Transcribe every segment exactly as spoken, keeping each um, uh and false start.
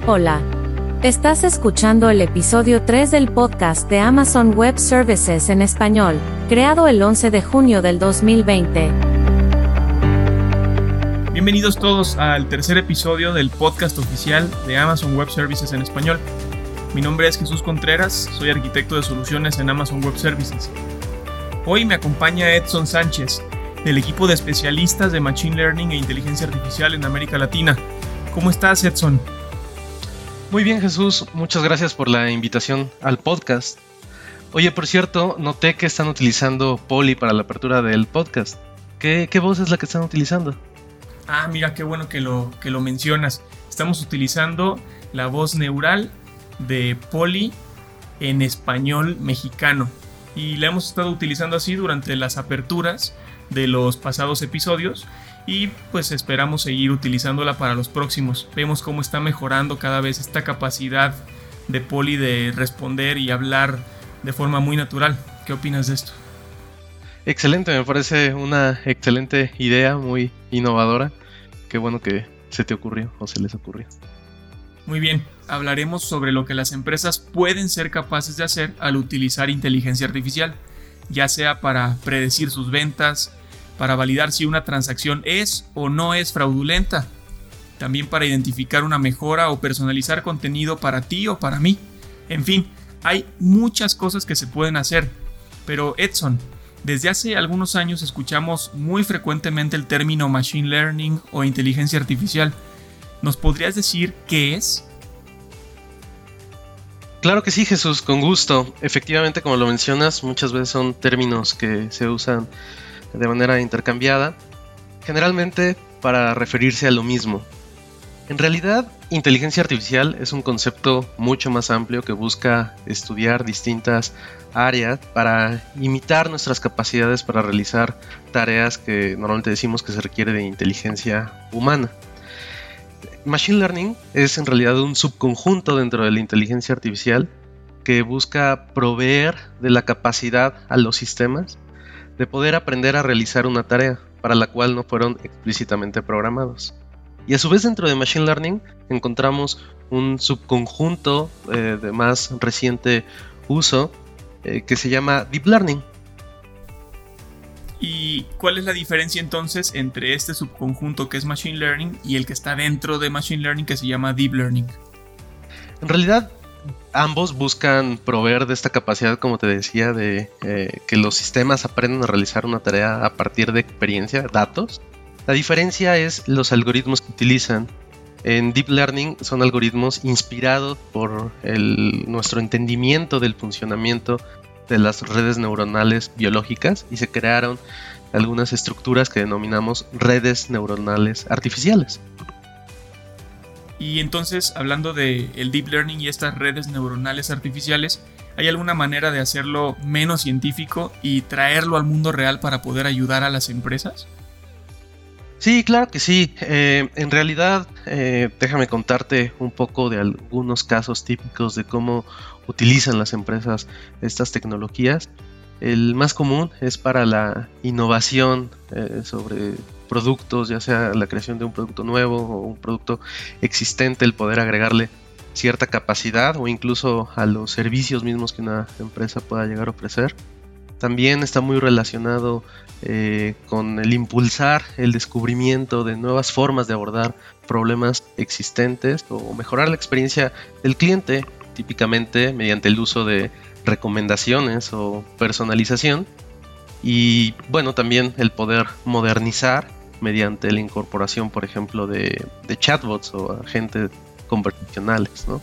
Hola. Estás escuchando el episodio tres del podcast de Amazon Web Services en español, creado el once de junio del dos mil veinte. Bienvenidos todos al tercer episodio del podcast oficial de Amazon Web Services en español. Mi nombre es Jesús Contreras, soy arquitecto de soluciones en Amazon Web Services. Hoy me acompaña Edson Sánchez, del equipo de especialistas de Machine Learning e Inteligencia Artificial en América Latina. ¿Cómo estás, Edson? Muy bien, Jesús. Muchas gracias por la invitación al podcast. Oye, por cierto, noté que están utilizando Poly para la apertura del podcast. ¿Qué, qué voz es la que están utilizando? Ah, mira, qué bueno que lo, que lo mencionas. Estamos utilizando la voz neural de Poly en español mexicano. Y la hemos estado utilizando así durante las aperturas de los pasados episodios. Y pues esperamos seguir utilizándola para los próximos. Vemos cómo está mejorando cada vez esta capacidad de Poly de responder y hablar de forma muy natural. ¿Qué opinas de esto? Excelente, me parece una excelente idea, muy innovadora. Qué bueno que se te ocurrió o se les ocurrió. Muy bien, hablaremos sobre lo que las empresas pueden ser capaces de hacer al utilizar inteligencia artificial, ya sea para predecir sus ventas, para validar si una transacción es o no es fraudulenta, también para identificar una mejora o personalizar contenido para ti o para mí. En fin, hay muchas cosas que se pueden hacer. Pero Edson, desde hace algunos años escuchamos muy frecuentemente el término Machine Learning o inteligencia artificial. ¿Nos podrías decir qué es? Claro que sí, Jesús, con gusto. Efectivamente, como lo mencionas, muchas veces son términos que se usan de manera intercambiada, generalmente para referirse a lo mismo. En realidad, inteligencia artificial es un concepto mucho más amplio que busca estudiar distintas áreas para imitar nuestras capacidades para realizar tareas que normalmente decimos que se requiere de inteligencia humana. Machine Learning es en realidad un subconjunto dentro de la inteligencia artificial que busca proveer de la capacidad a los sistemas de poder aprender a realizar una tarea para la cual no fueron explícitamente programados. Y a su vez dentro de Machine Learning encontramos un subconjunto eh, de más reciente uso eh, que se llama Deep Learning. ¿Y cuál es la diferencia entonces entre este subconjunto que es Machine Learning y el que está dentro de Machine Learning que se llama Deep Learning? En realidad ambos buscan proveer de esta capacidad, como te decía, de eh, que los sistemas aprendan a realizar una tarea a partir de experiencia, datos. La diferencia es los algoritmos que utilizan. En Deep Learning son algoritmos inspirados por el, nuestro entendimiento del funcionamiento de las redes neuronales biológicas y se crearon algunas estructuras que denominamos redes neuronales artificiales. Y entonces, hablando de el Deep Learning y estas redes neuronales artificiales, ¿hay alguna manera de hacerlo menos científico y traerlo al mundo real para poder ayudar a las empresas? Sí, claro que sí. Eh, en realidad, eh, déjame contarte un poco de algunos casos típicos de cómo utilizan las empresas estas tecnologías. El más común es para la innovación eh, sobre productos, ya sea la creación de un producto nuevo o un producto existente, el poder agregarle cierta capacidad o incluso a los servicios mismos que una empresa pueda llegar a ofrecer. También está muy relacionado eh, con el impulsar el descubrimiento de nuevas formas de abordar problemas existentes o mejorar la experiencia del cliente, típicamente mediante el uso de recomendaciones o personalización. Y bueno, también el poder modernizar mediante la incorporación, por ejemplo, de, de chatbots o agentes conversacionales, ¿no?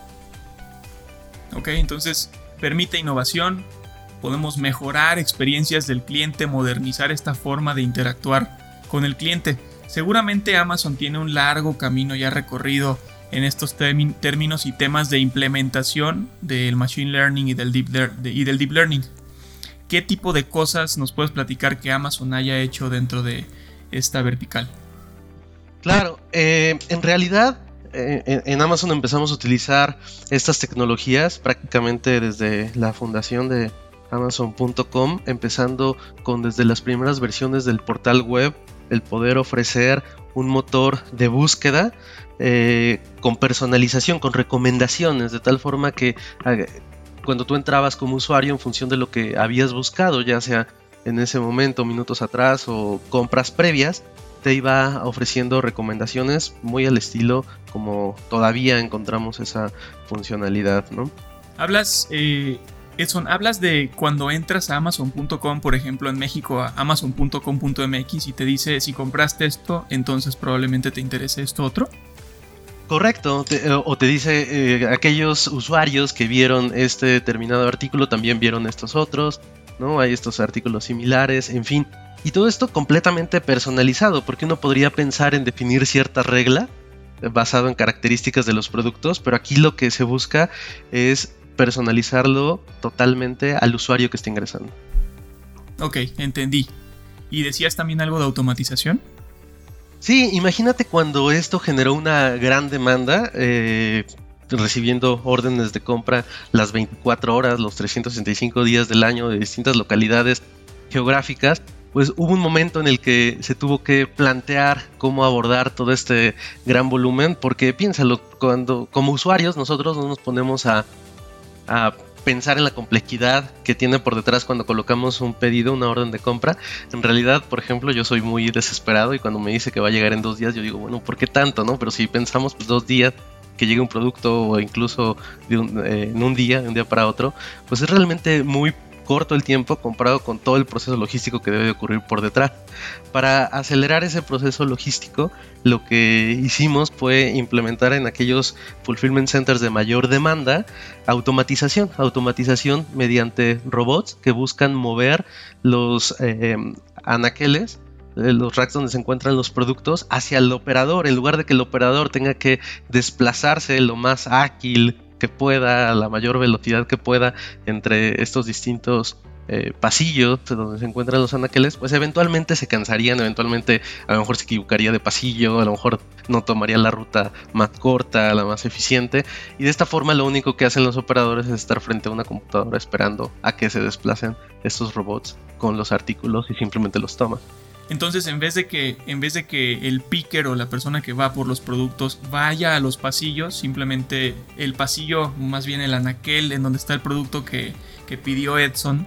Ok, entonces permite innovación, podemos mejorar experiencias del cliente, modernizar esta forma de interactuar con el cliente. Seguramente Amazon tiene un largo camino ya recorrido en estos termi- términos y temas de implementación del Machine Learning y del Deep, Lear- de, y del Deep Learning. ¿Qué tipo de cosas nos puedes platicar que Amazon haya hecho dentro de esta vertical? Claro, eh, en realidad eh, en Amazon empezamos a utilizar estas tecnologías prácticamente desde la fundación de Amazon punto com, empezando con desde las primeras versiones del portal web el poder ofrecer un motor de búsqueda eh, con personalización, con recomendaciones, de tal forma que eh, cuando tú entrabas como usuario en función de lo que habías buscado, ya sea en ese momento, minutos atrás o compras previas, te iba ofreciendo recomendaciones muy al estilo como todavía encontramos esa funcionalidad, ¿no? Hablas, eh, Edson, hablas de cuando entras a amazon punto com, por ejemplo, en México, a amazon punto com punto m x y te dice si compraste esto, entonces probablemente te interese esto otro. Correcto, te, o te dice eh, aquellos usuarios que vieron este determinado artículo también vieron estos otros, ¿no? Hay estos artículos similares, en fin. Y todo esto completamente personalizado, porque uno podría pensar en definir cierta regla basado en características de los productos, pero aquí lo que se busca es personalizarlo totalmente al usuario que está ingresando. Ok, entendí. ¿Y decías también algo de automatización? Sí, imagínate cuando esto generó una gran demanda, eh, recibiendo órdenes de compra las veinticuatro horas, los trescientos sesenta y cinco días del año de distintas localidades geográficas. Pues hubo un momento en el que se tuvo que plantear cómo abordar todo este gran volumen, porque piénsalo, cuando como usuarios nosotros no nos ponemos a, a pensar en la complejidad que tiene por detrás cuando colocamos un pedido, una orden de compra. En realidad, por ejemplo, yo soy muy desesperado y cuando me dice que va a llegar en dos días, yo digo, bueno, ¿por qué tanto, no? Pero si pensamos, pues dos días que llegue un producto o incluso de un, eh, en un día, de un día para otro, pues es realmente muy corto el tiempo comparado con todo el proceso logístico que debe de ocurrir por detrás. Para acelerar ese proceso logístico, lo que hicimos fue implementar en aquellos fulfillment centers de mayor demanda automatización, automatización mediante robots que buscan mover los eh, anaqueles, los racks donde se encuentran los productos, hacia el operador, en lugar de que el operador tenga que desplazarse lo más ágil que pueda, a la mayor velocidad que pueda entre estos distintos eh, pasillos donde se encuentran los anaqueles, pues eventualmente se cansarían, eventualmente a lo mejor se equivocaría de pasillo, a lo mejor no tomaría la ruta más corta, la más eficiente, y de esta forma lo único que hacen los operadores es estar frente a una computadora esperando a que se desplacen estos robots con los artículos y simplemente los toman. Entonces, en vez de que en vez de que el picker o la persona que va por los productos vaya a los pasillos, simplemente el pasillo, más bien el anaquel en donde está el producto que, que pidió Edson,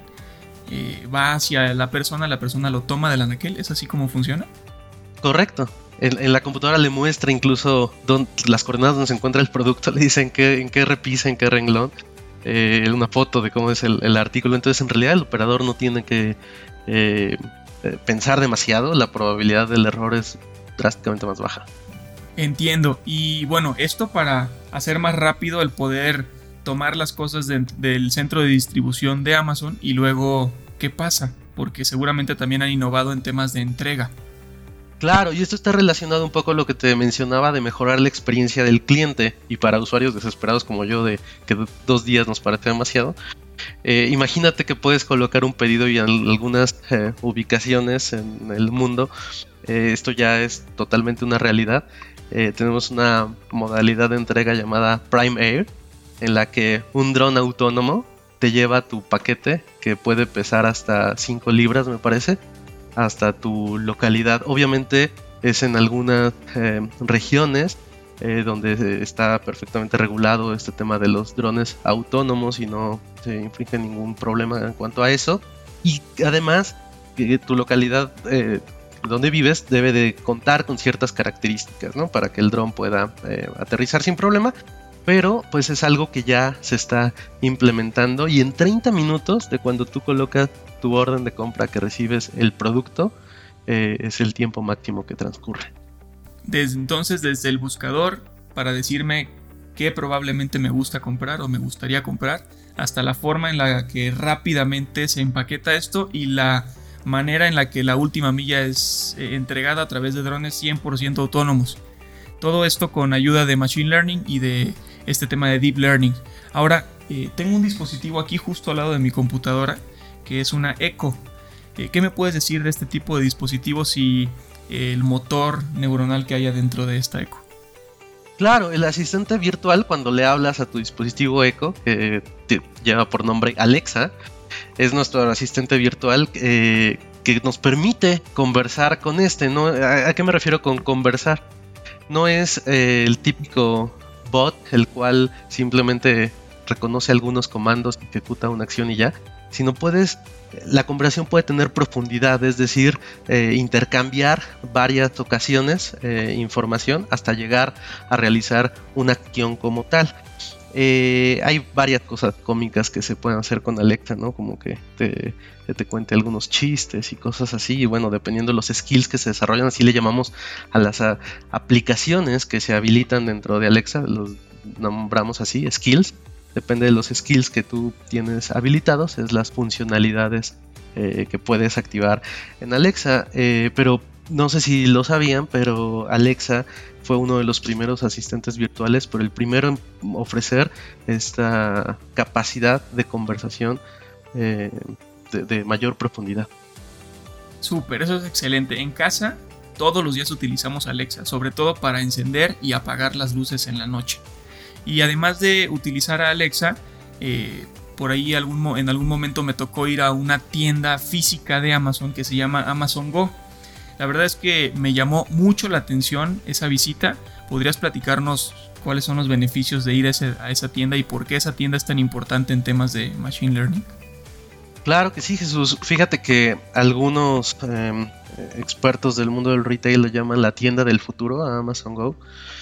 eh, va hacia la persona, la persona lo toma del anaquel. ¿Es así como funciona? Correcto. En, en la computadora le muestra incluso don, las coordenadas donde se encuentra el producto, le dice en qué, en qué repisa, en qué renglón, eh, una foto de cómo es el, el artículo. Entonces, en realidad, el operador no tiene que Eh, pensar demasiado, la probabilidad del error es drásticamente más baja. Entiendo. Y bueno, esto para hacer más rápido el poder tomar las cosas de, del centro de distribución de Amazon y luego, ¿qué pasa? Porque seguramente también han innovado en temas de entrega. Claro, y esto está relacionado un poco a lo que te mencionaba de mejorar la experiencia del cliente, y para usuarios desesperados como yo de que dos días nos parece demasiado. Eh, imagínate que puedes colocar un pedido y en algunas eh, ubicaciones en el mundo eh, esto ya es totalmente una realidad. Eh, tenemos una modalidad de entrega llamada Prime Air, en la que un dron autónomo te lleva tu paquete, que puede pesar hasta cinco libras me parece, hasta tu localidad. Obviamente es en algunas eh, regiones Eh, donde está perfectamente regulado este tema de los drones autónomos y no se infringe ningún problema en cuanto a eso. Y además, que tu localidad eh, donde vives debe de contar con ciertas características, ¿no? Para que el dron pueda eh, aterrizar sin problema. Pero pues es algo que ya se está implementando, y en treinta minutos de cuando tú colocas tu orden de compra que recibes el producto, eh, es el tiempo máximo que transcurre. Desde entonces, desde el buscador, para decirme qué probablemente me gusta comprar o me gustaría comprar, hasta la forma en la que rápidamente se empaqueta esto y la manera en la que la última milla es eh, entregada a través de drones cien por ciento autónomos. Todo esto con ayuda de Machine Learning y de este tema de Deep Learning. Ahora, eh, tengo un dispositivo aquí justo al lado de mi computadora, que es una Echo. Eh, ¿Qué me puedes decir de este tipo de dispositivos y el motor neuronal que hay adentro de esta Echo? Claro, el asistente virtual, cuando le hablas a tu dispositivo Echo, que te lleva por nombre Alexa, es nuestro asistente virtual eh, que nos permite conversar con este, ¿no? ¿A, a qué me refiero con conversar? No es eh, el típico bot, el cual simplemente reconoce algunos comandos, ejecuta una acción y ya, sino puedes, la conversación puede tener profundidad, es decir, eh, intercambiar varias ocasiones eh, información hasta llegar a realizar una acción como tal. Eh, hay varias cosas cómicas que se pueden hacer con Alexa, ¿no? Como que te, que te cuente algunos chistes y cosas así. Y bueno, dependiendo de los skills que se desarrollan, así le llamamos a las a, aplicaciones que se habilitan dentro de Alexa, los nombramos así, skills. Depende de los skills que tú tienes habilitados, es las funcionalidades eh, que puedes activar en Alexa. Eh, pero no sé si lo sabían, pero Alexa fue uno de los primeros asistentes virtuales, pero el primero en ofrecer esta capacidad de conversación eh, de, de mayor profundidad. Súper, eso es excelente. En casa todos los días utilizamos Alexa, sobre todo para encender y apagar las luces en la noche. Y además de utilizar a Alexa, eh, por ahí algún, en algún momento me tocó ir a una tienda física de Amazon que se llama Amazon Go. La verdad es que me llamó mucho la atención esa visita. ¿Podrías platicarnos cuáles son los beneficios de ir a, ese, a esa tienda y por qué esa tienda es tan importante en temas de Machine Learning? Claro que sí, Jesús. Fíjate que algunos eh, expertos del mundo del retail lo llaman la tienda del futuro a Amazon Go,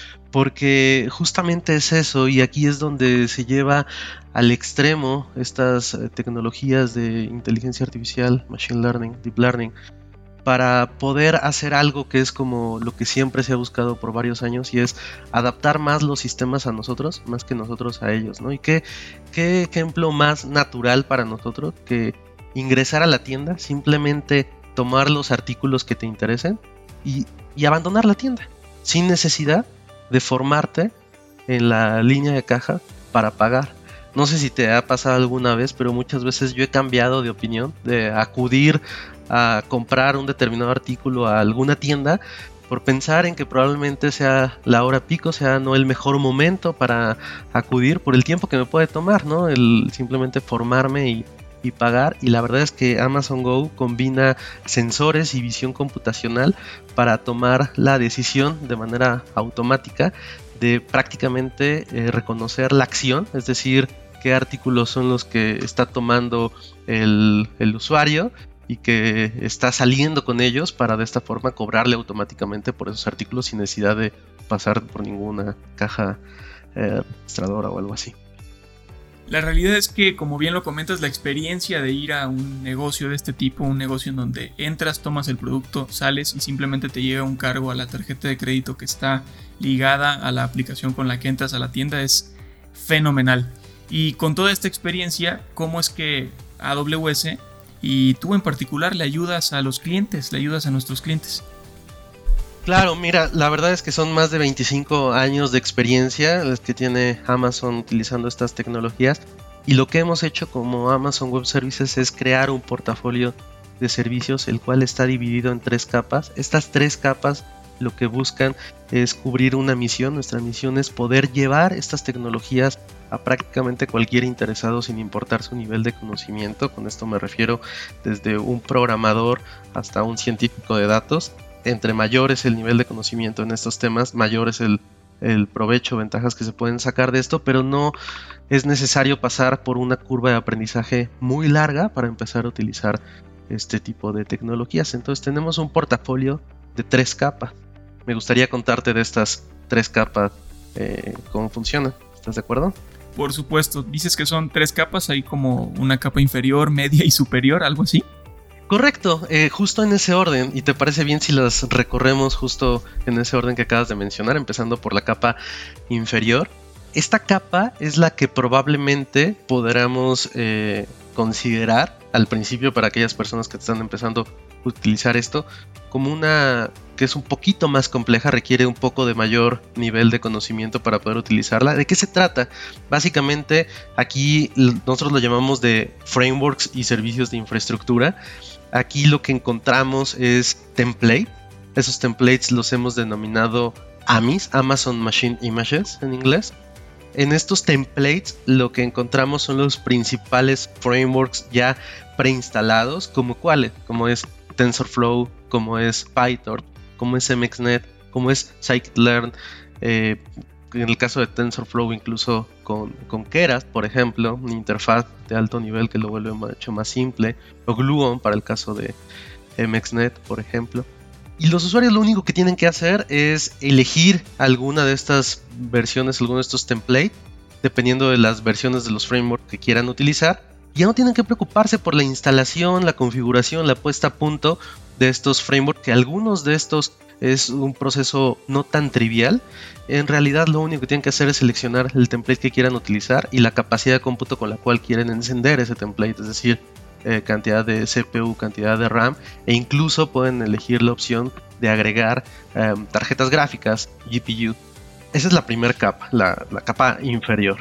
porque justamente es eso, y aquí es donde se lleva al extremo estas eh, tecnologías de inteligencia artificial, Machine Learning, Deep Learning, para poder hacer algo que es como lo que siempre se ha buscado por varios años, y es adaptar más los sistemas a nosotros, más que nosotros a ellos, ¿no? Y qué, qué ejemplo más natural para nosotros que ingresar a la tienda, simplemente tomar los artículos que te interesen y, y abandonar la tienda, sin necesidad de formarte en la línea de caja para pagar. No sé si te ha pasado alguna vez, pero muchas veces yo he cambiado de opinión, de acudir a comprar un determinado artículo a alguna tienda por pensar en que probablemente sea la hora pico, sea no el mejor momento para acudir por el tiempo que me puede tomar, ¿no? El simplemente formarme y, y pagar. Y la verdad es que Amazon Go combina sensores y visión computacional para tomar la decisión de manera automática de prácticamente eh, reconocer la acción, es decir, qué artículos son los que está tomando el, el usuario y que está saliendo con ellos para de esta forma cobrarle automáticamente por esos artículos sin necesidad de pasar por ninguna caja eh, registradora o algo así. La realidad es que, como bien lo comentas, la experiencia de ir a un negocio de este tipo, un negocio en donde entras, tomas el producto, sales y simplemente te llega un cargo a la tarjeta de crédito que está ligada a la aplicación con la que entras a la tienda, es fenomenal. Y con toda esta experiencia, ¿cómo es que A W S y tú en particular le ayudas a los clientes, le ayudas a nuestros clientes? Claro, mira, la verdad es que son más de veinticinco años de experiencia las que tiene Amazon utilizando estas tecnologías, y lo que hemos hecho como Amazon Web Services es crear un portafolio de servicios el cual está dividido en tres capas. Estas tres capas lo que buscan es cubrir una misión. Nuestra misión es poder llevar estas tecnologías a prácticamente cualquier interesado sin importar su nivel de conocimiento. Con esto me refiero desde un programador hasta un científico de datos. Entre mayor es el nivel de conocimiento en estos temas, mayor es el, el provecho, ventajas que se pueden sacar de esto, pero no es necesario pasar por una curva de aprendizaje muy larga para empezar a utilizar este tipo de tecnologías. Entonces tenemos un portafolio de tres capas. Me gustaría contarte de estas tres capas, eh, cómo funcionan. ¿Estás de acuerdo? Por supuesto, dices que son tres capas, hay como una capa inferior, media y superior, algo así. Correcto, eh, justo en ese orden. ¿Y te parece bien si las recorremos justo en ese orden que acabas de mencionar, empezando por la capa inferior? Esta capa es la que probablemente podamos eh, considerar al principio, para aquellas personas que están empezando a utilizar esto, como una que es un poquito más compleja, requiere un poco de mayor nivel de conocimiento para poder utilizarla. ¿De qué se trata? Básicamente aquí nosotros lo llamamos de frameworks y servicios de infraestructura. Aquí lo que encontramos es template. Esos templates los hemos denominado A M Is, Amazon Machine Images en inglés. En estos templates lo que encontramos son los principales frameworks ya preinstalados, como cuáles, como es TensorFlow, como es PyTorch, como es M X Net, como es Scikit-learn, eh, en el caso de TensorFlow incluso con, con Keras, por ejemplo, una interfaz de alto nivel que lo vuelve mucho más simple, o Gluon para el caso de M X Net, por ejemplo. Y los usuarios lo único que tienen que hacer es elegir alguna de estas versiones, alguno de estos templates, dependiendo de las versiones de los frameworks que quieran utilizar. Ya no tienen que preocuparse por la instalación, la configuración, la puesta a punto de estos frameworks, que algunos de estos es un proceso no tan trivial. En realidad lo único que tienen que hacer es seleccionar el template que quieran utilizar y la capacidad de cómputo con la cual quieren encender ese template, es decir, eh, cantidad de C P U, cantidad de RAM, e incluso pueden elegir la opción de agregar eh, tarjetas gráficas, G P U. Esa es la primera capa, la, la capa inferior.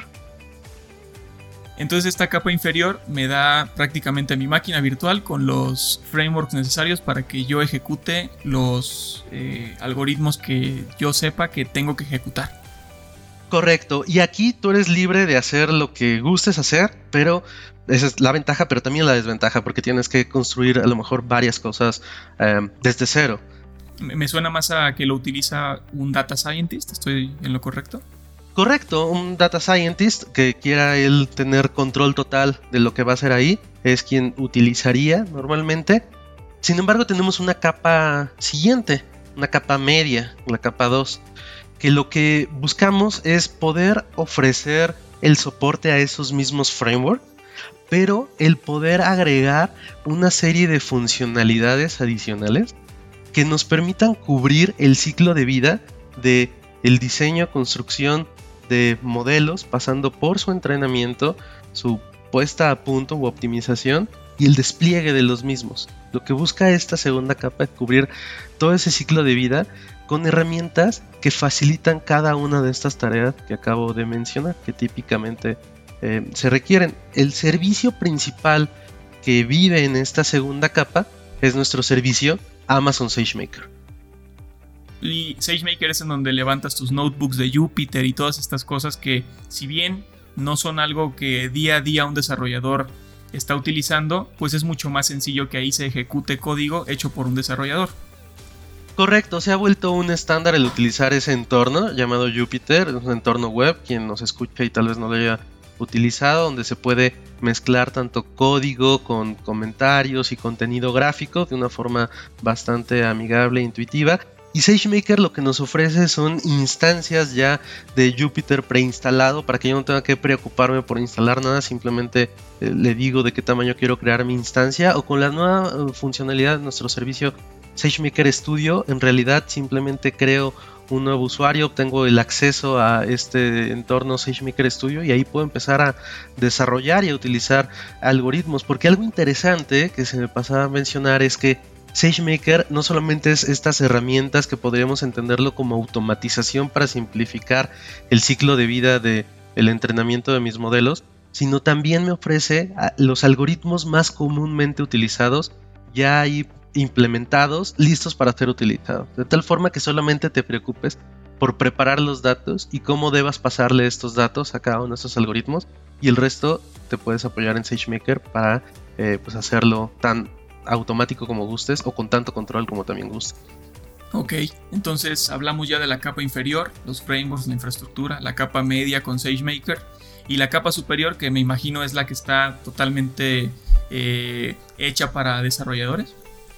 Entonces esta capa inferior me da prácticamente mi máquina virtual con los frameworks necesarios para que yo ejecute los eh, algoritmos que yo sepa que tengo que ejecutar. Correcto, y aquí tú eres libre de hacer lo que gustes hacer, pero esa es la ventaja, pero también la desventaja, porque tienes que construir a lo mejor varias cosas eh, desde cero. Me suena más a que lo utiliza un data scientist, ¿estoy en lo correcto? Correcto, un data scientist que quiera él tener control total de lo que va a hacer ahí es quien utilizaría normalmente. Sin embargo, tenemos una capa siguiente, una capa media, la capa dos, que lo que buscamos es poder ofrecer el soporte a esos mismos frameworks, pero el poder agregar una serie de funcionalidades adicionales que nos permitan cubrir el ciclo de vida de el diseño, construcción de modelos, pasando por su entrenamiento, su puesta a punto u optimización y el despliegue de los mismos. Lo que busca esta segunda capa es cubrir todo ese ciclo de vida con herramientas que facilitan cada una de estas tareas que acabo de mencionar, que típicamente eh, se requieren. El servicio principal que vive en esta segunda capa es nuestro servicio Amazon SageMaker. Y SageMaker es en donde levantas tus notebooks de Jupyter y todas estas cosas que, si bien no son algo que día a día un desarrollador está utilizando, pues es mucho más sencillo que ahí se ejecute código hecho por un desarrollador. Correcto, se ha vuelto un estándar el utilizar ese entorno llamado Jupyter, un entorno web, quien nos escucha y tal vez no lo haya utilizado, donde se puede mezclar tanto código con comentarios y contenido gráfico de una forma bastante amigable e intuitiva. Y SageMaker lo que nos ofrece son instancias ya de Jupyter preinstalado para que yo no tenga que preocuparme por instalar nada, simplemente eh, le digo de qué tamaño quiero crear mi instancia, o con la nueva uh, funcionalidad de nuestro servicio SageMaker Studio, en realidad simplemente creo un nuevo usuario, obtengo el acceso a este entorno SageMaker Studio y ahí puedo empezar a desarrollar y a utilizar algoritmos, porque algo interesante que se me pasaba a mencionar es que SageMaker no solamente es estas herramientas que podríamos entenderlo como automatización para simplificar el ciclo de vida del entrenamiento de mis modelos, sino también me ofrece los algoritmos más comúnmente utilizados ya ahí implementados, listos para ser utilizados, de tal forma que solamente te preocupes por preparar los datos y cómo debas pasarle estos datos a cada uno de estos algoritmos, y el resto te puedes apoyar en SageMaker para eh, pues hacerlo tan automático como gustes o con tanto control como también gustes. Ok, entonces hablamos ya de la capa inferior, los frameworks, la infraestructura, la capa media con SageMaker y la capa superior, que me imagino es la que está totalmente eh, hecha para desarrolladores.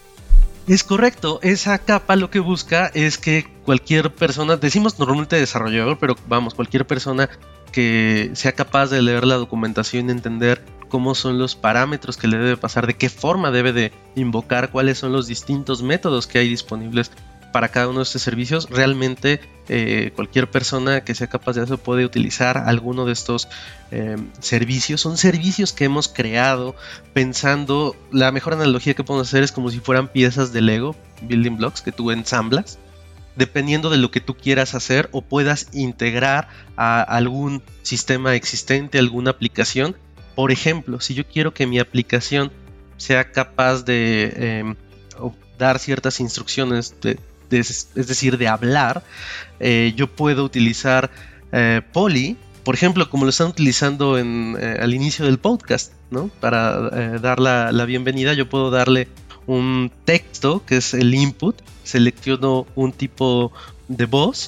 Es correcto, esa capa lo que busca es que cualquier persona, decimos normalmente desarrollador, pero vamos, cualquier persona que sea capaz de leer la documentación y entender cómo son los parámetros que le debe pasar, de qué forma debe de invocar, cuáles son los distintos métodos que hay disponibles para cada uno de estos servicios. Realmente eh, cualquier persona que sea capaz de eso puede utilizar alguno de estos eh, servicios. Son servicios que hemos creado pensando, la mejor analogía que podemos hacer es como si fueran piezas de Lego, building blocks que tú ensamblas, dependiendo de lo que tú quieras hacer o puedas integrar a algún sistema existente, alguna aplicación. Por ejemplo, si yo quiero que mi aplicación sea capaz de eh, dar ciertas instrucciones, de, de, es decir, de hablar, eh, yo puedo utilizar eh, Polly, por ejemplo, como lo están utilizando en, eh, al inicio del podcast, ¿no? Para eh, dar la, la bienvenida, yo puedo darle un texto, que es el input, selecciono un tipo de voz,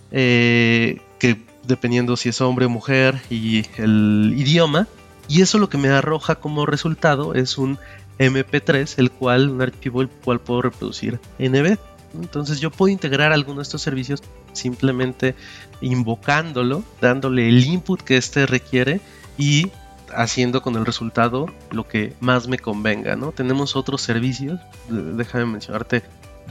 eh, que dependiendo si es hombre o mujer y el idioma, y eso lo que me arroja como resultado es un eme pe tres, el cual, un archivo el cual puedo reproducir en eve. Entonces yo puedo integrar alguno de estos servicios simplemente invocándolo, dándole el input que éste requiere y haciendo con el resultado lo que más me convenga, ¿no? Tenemos otros servicios, déjame mencionarte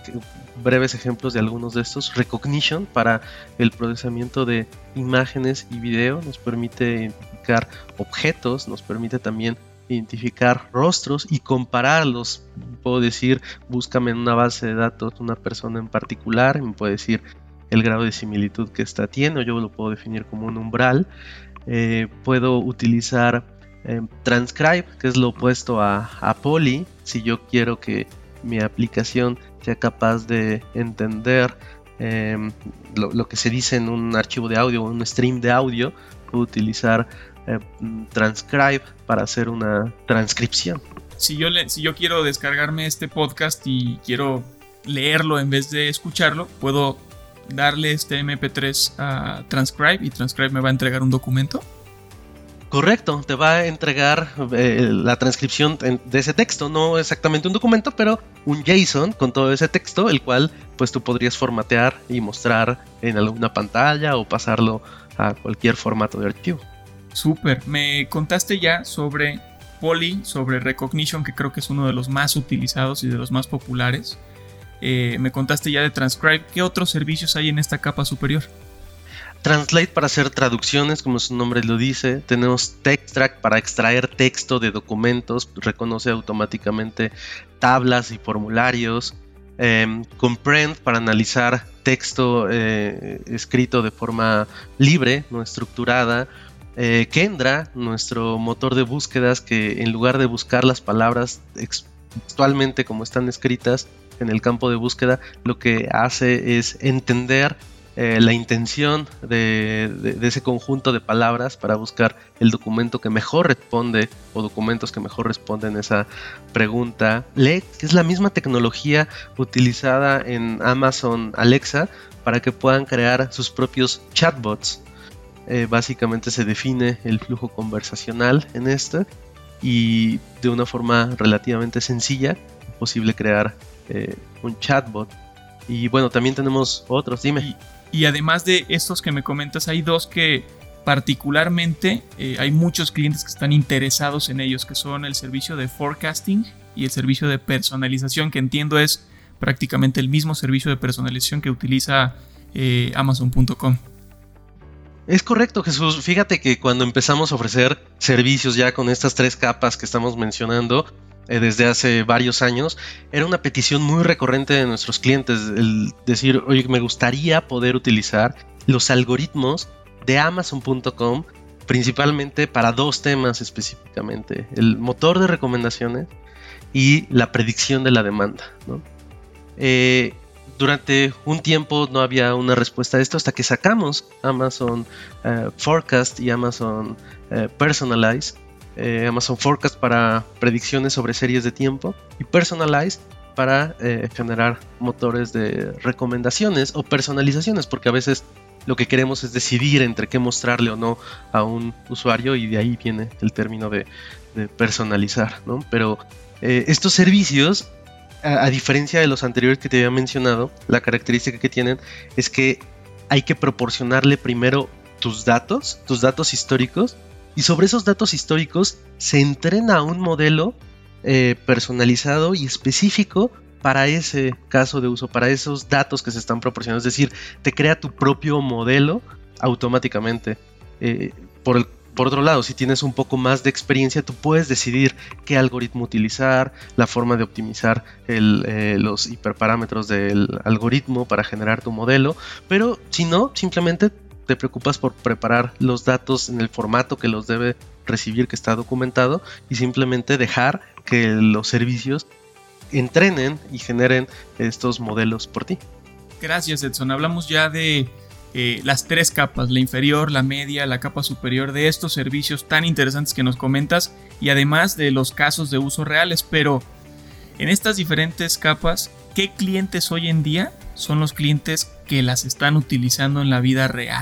breves ejemplos de algunos de estos. Rekognition, para el procesamiento de imágenes y video, nos permite identificar objetos, nos permite también identificar rostros y compararlos. Puedo decir, búscame en una base de datos una persona en particular, y me puede decir el grado de similitud que ésta tiene, o yo lo puedo definir como un umbral. Eh, puedo utilizar eh, Transcribe, que es lo opuesto a, a Poly. Si yo quiero que mi aplicación sea capaz de entender eh, lo, lo que se dice en un archivo de audio o un stream de audio, puedo utilizar eh, Transcribe para hacer una transcripción. Si yo, le, si yo quiero descargarme este podcast y quiero leerlo en vez de escucharlo, puedo darle este eme pe tres a Transcribe y Transcribe me va a entregar un documento. Correcto, te va a entregar eh, la transcripción de ese texto, no exactamente un documento, pero un JSON con todo ese texto, el cual pues tú podrías formatear y mostrar en alguna pantalla o pasarlo a cualquier formato de archivo. Súper, me contaste ya sobre Poly, sobre Rekognition, que creo que es uno de los más utilizados y de los más populares. Eh, me contaste ya de Transcribe. ¿Qué otros servicios hay en esta capa superior? Translate para hacer traducciones, como su nombre lo dice. Tenemos Textract para extraer texto de documentos, reconoce automáticamente tablas y formularios. Eh, Comprehend para analizar texto eh, escrito de forma libre, no estructurada. Eh, Kendra, nuestro motor de búsquedas, que en lugar de buscar las palabras textualmente como están escritas en el campo de búsqueda, lo que hace es entender eh, la intención de, de, de ese conjunto de palabras para buscar el documento que mejor responde o documentos que mejor responden a esa pregunta. Lex, que es la misma tecnología utilizada en Amazon Alexa para que puedan crear sus propios chatbots. Eh, básicamente se define el flujo conversacional en este y de una forma relativamente sencilla es posible crear eh, un chatbot. Y bueno, también tenemos otros, dime. Y, y además de estos que me comentas, hay dos que particularmente eh, hay muchos clientes que están interesados en ellos, que son el servicio de forecasting y el servicio de personalización, que entiendo es prácticamente el mismo servicio de personalización que utiliza eh, amazon punto com. Es correcto, Jesús. Fíjate que cuando empezamos a ofrecer servicios ya con estas tres capas que estamos mencionando eh, desde hace varios años, era una petición muy recurrente de nuestros clientes, el decir, oye, me gustaría poder utilizar los algoritmos de amazon punto com principalmente para dos temas específicamente: el motor de recomendaciones y la predicción de la demanda, ¿no? Eh, Durante un tiempo no había una respuesta a esto hasta que sacamos Amazon uh, Forecast y Amazon uh, Personalize. Eh, Amazon Forecast para predicciones sobre series de tiempo y Personalize para eh, generar motores de recomendaciones o personalizaciones, porque a veces lo que queremos es decidir entre qué mostrarle o no a un usuario, y de ahí viene el término de, de personalizar, ¿no? Pero eh, estos servicios, A, a diferencia de los anteriores que te había mencionado, la característica que tienen es que hay que proporcionarle primero tus datos, tus datos históricos, y sobre esos datos históricos se entrena un modelo eh, personalizado y específico para ese caso de uso, para esos datos que se están proporcionando. Es decir, te crea tu propio modelo automáticamente. Eh, por el Por otro lado, si tienes un poco más de experiencia, tú puedes decidir qué algoritmo utilizar, la forma de optimizar el, eh, los hiperparámetros del algoritmo para generar tu modelo. Pero si no, simplemente te preocupas por preparar los datos en el formato que los debe recibir, que está documentado, y simplemente dejar que los servicios entrenen y generen estos modelos por ti. Gracias, Edson. Hablamos ya de Eh, las tres capas, la inferior, la media, la capa superior, de estos servicios tan interesantes que nos comentas, y además de los casos de uso reales. Pero En estas diferentes capas, ¿qué clientes hoy en día son los clientes que las están utilizando en la vida real?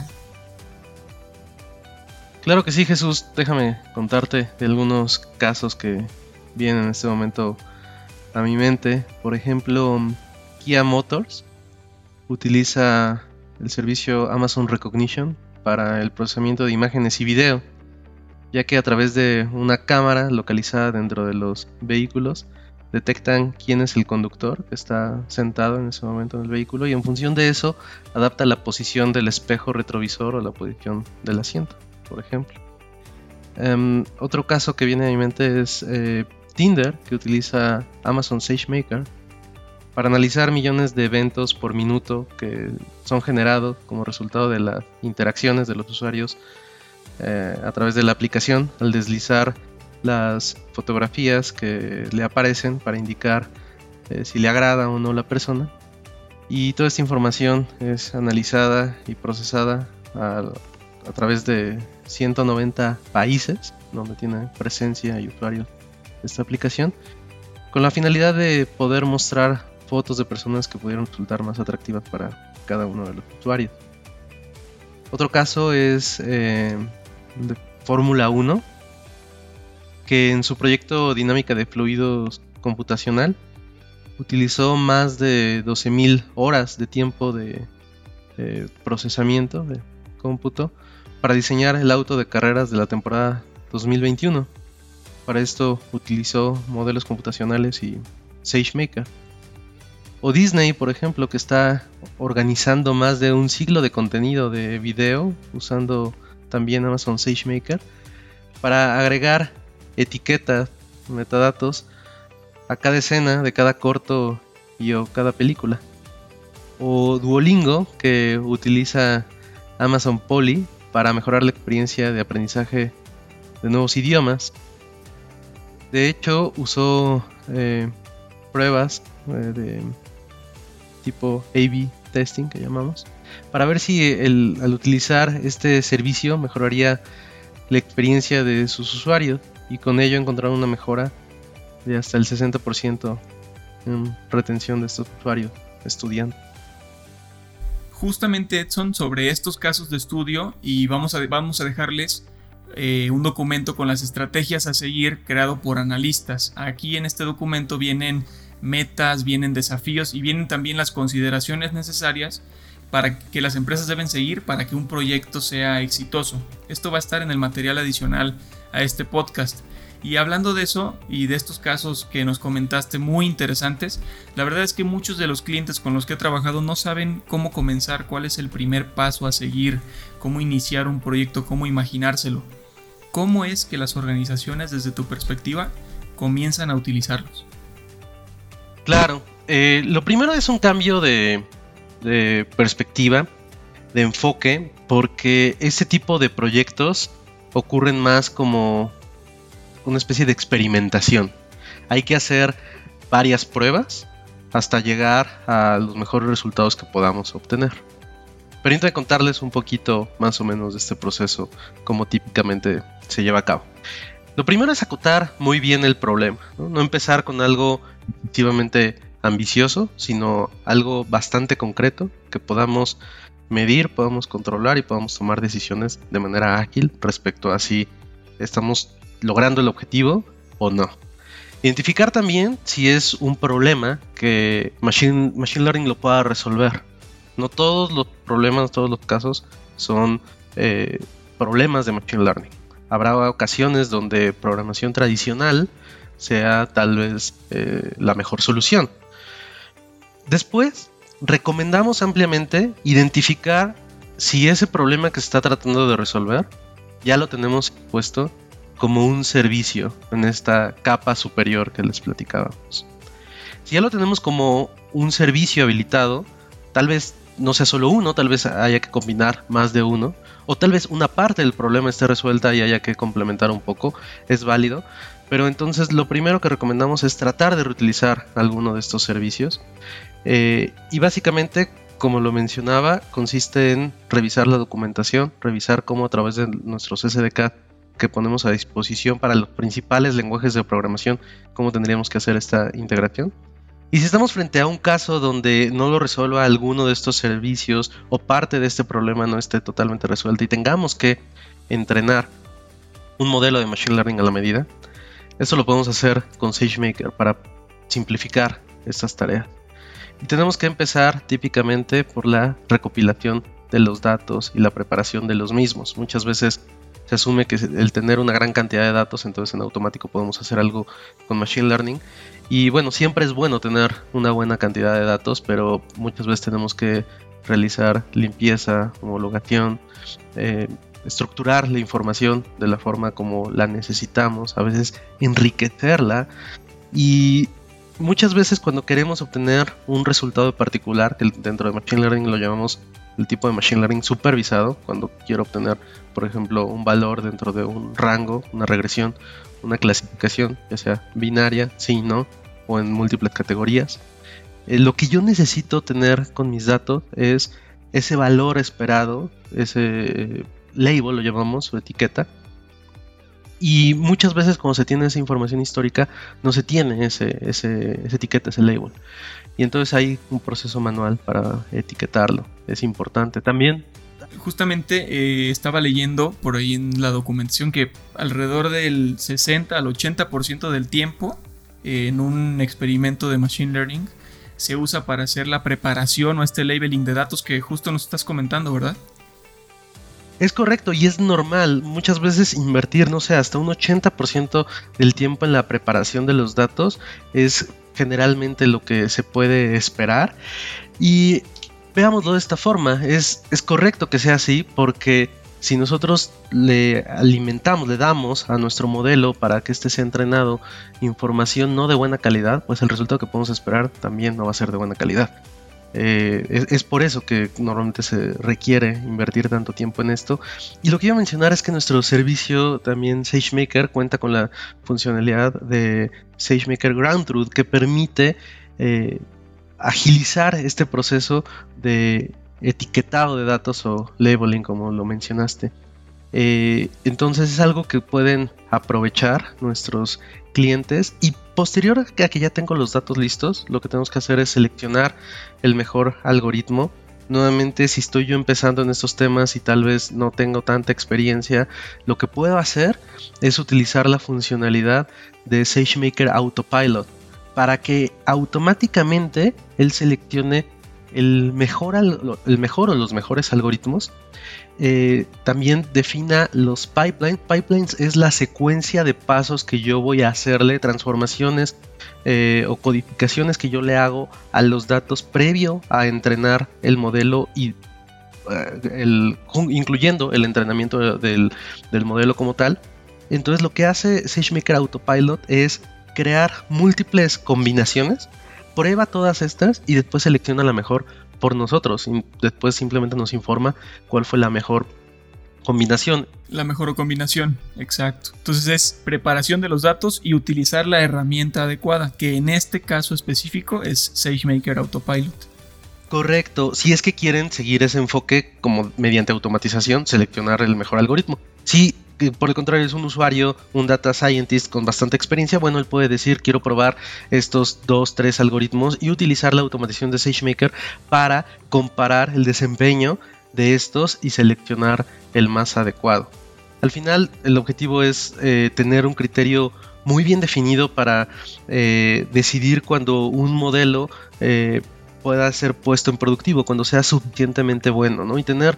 Claro que sí, Jesús. Déjame contarte de algunos casos que vienen en este momento a mi mente. Por ejemplo, Kia Motors utiliza el servicio Amazon Recognition para el procesamiento de imágenes y video, ya que a través de una cámara localizada dentro de los vehículos detectan quién es el conductor que está sentado en ese momento en el vehículo, y en función de eso adapta la posición del espejo retrovisor o la posición del asiento, por ejemplo. Um, otro caso que viene a mi mente es eh, Tinder, que utiliza Amazon SageMaker para analizar millones de eventos por minuto que son generados como resultado de las interacciones de los usuarios eh, a través de la aplicación, al deslizar las fotografías que le aparecen para indicar eh, si le agrada o no la persona. Y toda esta información es analizada y procesada a, a través de ciento noventa países donde tiene presencia y usuarios de esta aplicación, con la finalidad de poder mostrar fotos de personas que pudieran resultar más atractivas para cada uno de los usuarios. Otro caso es eh, de Fórmula uno, que en su proyecto Dinámica de Fluidos Computacional utilizó más de doce mil horas de tiempo de eh, procesamiento de cómputo para diseñar el auto de carreras de la temporada dos mil veintiuno. Para esto utilizó modelos computacionales y SageMaker. O Disney, por ejemplo, que está organizando más de un siglo de contenido de video usando también Amazon SageMaker para agregar etiquetas, metadatos a cada escena de cada corto y o cada película. O Duolingo, que utiliza Amazon Poly para mejorar la experiencia de aprendizaje de nuevos idiomas. De hecho, usó eh, pruebas eh, de tipo A B testing, que llamamos, para ver si el, al utilizar este servicio mejoraría la experiencia de sus usuarios, y con ello encontraron una mejora de hasta el sesenta por ciento en retención de estos usuarios estudiantes. Justamente, Edson, sobre estos casos de estudio, y vamos a, vamos a dejarles eh, un documento con las estrategias a seguir creado por analistas. Aquí en este documento vienen metas, vienen desafíos y vienen también las consideraciones necesarias para que las empresas deben seguir para que un proyecto sea exitoso. Esto va a estar en el material adicional a este podcast. Y hablando de eso y de estos casos que nos comentaste muy interesantes, la verdad es que muchos de los clientes con los que he trabajado no saben cómo comenzar, cuál es el primer paso a seguir, cómo iniciar un proyecto, cómo imaginárselo. ¿Cómo es que las organizaciones, desde tu perspectiva, comienzan a utilizarlos? Claro, eh, lo primero es un cambio de, de perspectiva, de enfoque, porque este tipo de proyectos ocurren más como una especie de experimentación. Hay que hacer varias pruebas hasta llegar a los mejores resultados que podamos obtener. Permítanme contarles un poquito más o menos de este proceso, cómo típicamente se lleva a cabo. Lo primero es acotar muy bien el problema, ¿no? No empezar con algo efectivamente ambicioso, sino algo bastante concreto que podamos medir, podamos controlar y podamos tomar decisiones de manera ágil respecto a si estamos logrando el objetivo o no. Identificar también si es un problema que Machine, Machine Learning lo pueda resolver. No todos los problemas, todos los casos son eh, problemas de Machine Learning. Habrá ocasiones donde programación tradicional sea tal vez eh, la mejor solución. Después, recomendamos ampliamente identificar si ese problema que se está tratando de resolver ya lo tenemos puesto como un servicio en esta capa superior que les platicábamos. Si ya lo tenemos como un servicio habilitado, tal vez no sea solo uno, tal vez haya que combinar más de uno, o tal vez una parte del problema esté resuelta y haya que complementar un poco, es válido. Pero entonces lo primero que recomendamos es tratar de reutilizar alguno de estos servicios. Eh, y básicamente, como lo mencionaba, consiste en revisar la documentación, revisar cómo a través de nuestros S D K que ponemos a disposición para los principales lenguajes de programación, cómo tendríamos que hacer esta integración. Y si estamos frente a un caso donde no lo resuelva alguno de estos servicios o parte de este problema no esté totalmente resuelta y tengamos que entrenar un modelo de Machine Learning a la medida, esto lo podemos hacer con SageMaker para simplificar estas tareas. Y tenemos que empezar típicamente por la recopilación de los datos y la preparación de los mismos. Muchas veces se asume que el tener una gran cantidad de datos, entonces en automático podemos hacer algo con Machine Learning. Y bueno, siempre es bueno tener una buena cantidad de datos, pero muchas veces tenemos que realizar limpieza, homologación, eh, estructurar la información de la forma como la necesitamos, a veces enriquecerla. Y muchas veces cuando queremos obtener un resultado particular, que dentro de Machine Learning lo llamamos el tipo de Machine Learning supervisado, cuando quiero obtener, por ejemplo, un valor dentro de un rango, una regresión, una clasificación, ya sea binaria, sí, no, o en múltiples categorías. Eh, lo que yo necesito tener con mis datos es ese valor esperado, ese label, lo llamamos, o etiqueta. Y muchas veces cuando se tiene esa información histórica, no se tiene ese, ese, ese etiqueta, ese label. Y entonces hay un proceso manual para etiquetarlo. Es importante también. Justamente eh, estaba leyendo por ahí en la documentación que alrededor del sesenta al ochenta por ciento del tiempo eh, en un experimento de Machine Learning se usa para hacer la preparación o este labeling de datos que justo nos estás comentando, ¿verdad? Es correcto y es normal muchas veces invertir, no sé, hasta un ochenta por ciento del tiempo en la preparación de los datos es generalmente lo que se puede esperar. Y veámoslo de esta forma, es, es correcto que sea así porque si nosotros le alimentamos, le damos a nuestro modelo para que éste sea entrenado información no de buena calidad, pues el resultado que podemos esperar también no va a ser de buena calidad. Eh, es, es por eso que normalmente se requiere invertir tanto tiempo en esto. Y lo que iba a mencionar es que nuestro servicio también SageMaker cuenta con la funcionalidad de SageMaker Ground Truth que permite eh, agilizar este proceso de etiquetado de datos o labeling, como lo mencionaste. Eh, entonces es algo que pueden aprovechar nuestros clientes y posterior a que ya tengo los datos listos, lo que tenemos que hacer es seleccionar el mejor algoritmo. Nuevamente, si estoy yo empezando en estos temas y tal vez no tengo tanta experiencia, lo que puedo hacer es utilizar la funcionalidad de SageMaker Autopilot para que automáticamente él seleccione el mejor, el mejor o los mejores algoritmos. Eh, también defina los pipelines. Pipelines es la secuencia de pasos que yo voy a hacerle, transformaciones eh, o codificaciones que yo le hago a los datos previo a entrenar el modelo y uh, el, incluyendo el entrenamiento del, del modelo como tal. Entonces lo que hace SageMaker Autopilot es crear múltiples combinaciones, prueba todas estas y después selecciona la mejor por nosotros. Y después simplemente nos informa cuál fue la mejor combinación. La mejor combinación, exacto. Entonces es preparación de los datos y utilizar la herramienta adecuada, que en este caso específico es SageMaker Autopilot. Correcto. Si es que quieren seguir ese enfoque como mediante automatización, seleccionar el mejor algoritmo. Si por el contrario es un usuario, un data scientist con bastante experiencia, bueno, él puede decir quiero probar estos dos, tres algoritmos y utilizar la automatización de SageMaker para comparar el desempeño de estos y seleccionar el más adecuado. Al final el objetivo es eh, tener un criterio muy bien definido para eh, decidir cuando un modelo eh, pueda ser puesto en productivo, cuando sea suficientemente bueno, ¿no? Y tener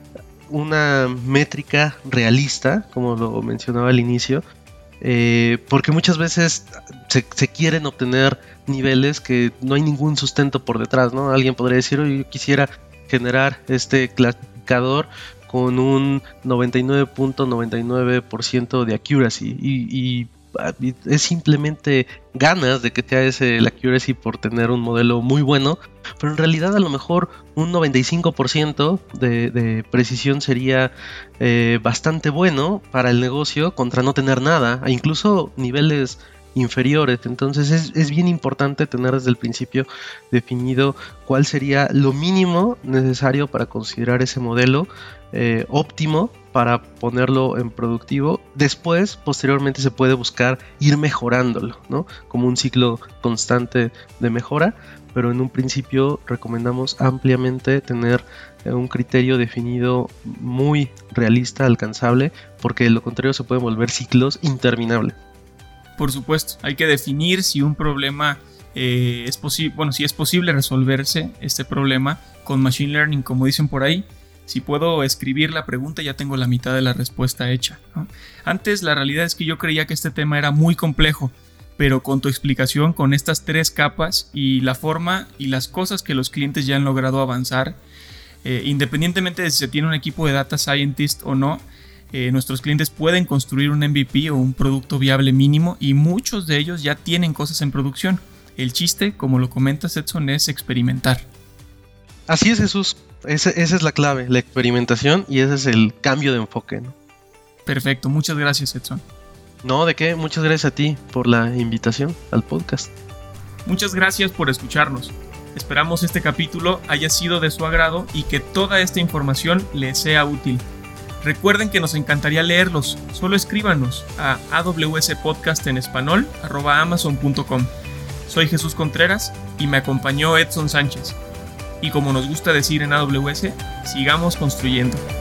una métrica realista, como lo mencionaba al inicio, eh, porque muchas veces se, se quieren obtener niveles que no hay ningún sustento por detrás, ¿no? Alguien podría decir, oye, yo quisiera generar este clasificador con un noventa y nueve punto noventa y nueve por ciento de accuracy y, y es simplemente ganas de que sea ese el accuracy por tener un modelo muy bueno, pero en realidad a lo mejor un noventa y cinco por ciento de, de precisión sería eh, bastante bueno para el negocio contra no tener nada, e incluso niveles inferiores. Entonces es, es bien importante tener desde el principio definido cuál sería lo mínimo necesario para considerar ese modelo eh, óptimo para ponerlo en productivo. Después, posteriormente, se puede buscar ir mejorándolo, ¿no? Como un ciclo constante de mejora, pero en un principio recomendamos ampliamente tener un criterio definido muy realista, alcanzable, porque de lo contrario se pueden volver ciclos interminables. Por supuesto, hay que definir si un problema eh, es posible, bueno, si es posible resolverse este problema con Machine Learning, como dicen por ahí. Si puedo escribir la pregunta, ya tengo la mitad de la respuesta hecha, ¿no? Antes, la realidad es que yo creía que este tema era muy complejo, pero con tu explicación, con estas tres capas y la forma y las cosas que los clientes ya han logrado avanzar, eh, independientemente de si se tiene un equipo de data scientist o no, eh, nuestros clientes pueden construir un M V P o un producto viable mínimo, y muchos de ellos ya tienen cosas en producción. El chiste, como lo comentas, Edson, es experimentar. Así es, Jesús. Esa, esa es la clave, la experimentación, y ese es el cambio de enfoque, ¿no? Perfecto, muchas gracias, Edson. No, ¿de qué? Muchas gracias a ti por la invitación al podcast. Muchas gracias por escucharnos. Esperamos este capítulo haya sido de su agrado y que toda esta información les sea útil. Recuerden que nos encantaría leerlos. Solo escríbanos a awspodcast en español arroba amazon punto com. Soy Jesús Contreras y me acompañó Edson Sánchez. Y como nos gusta decir en A W S, sigamos construyendo.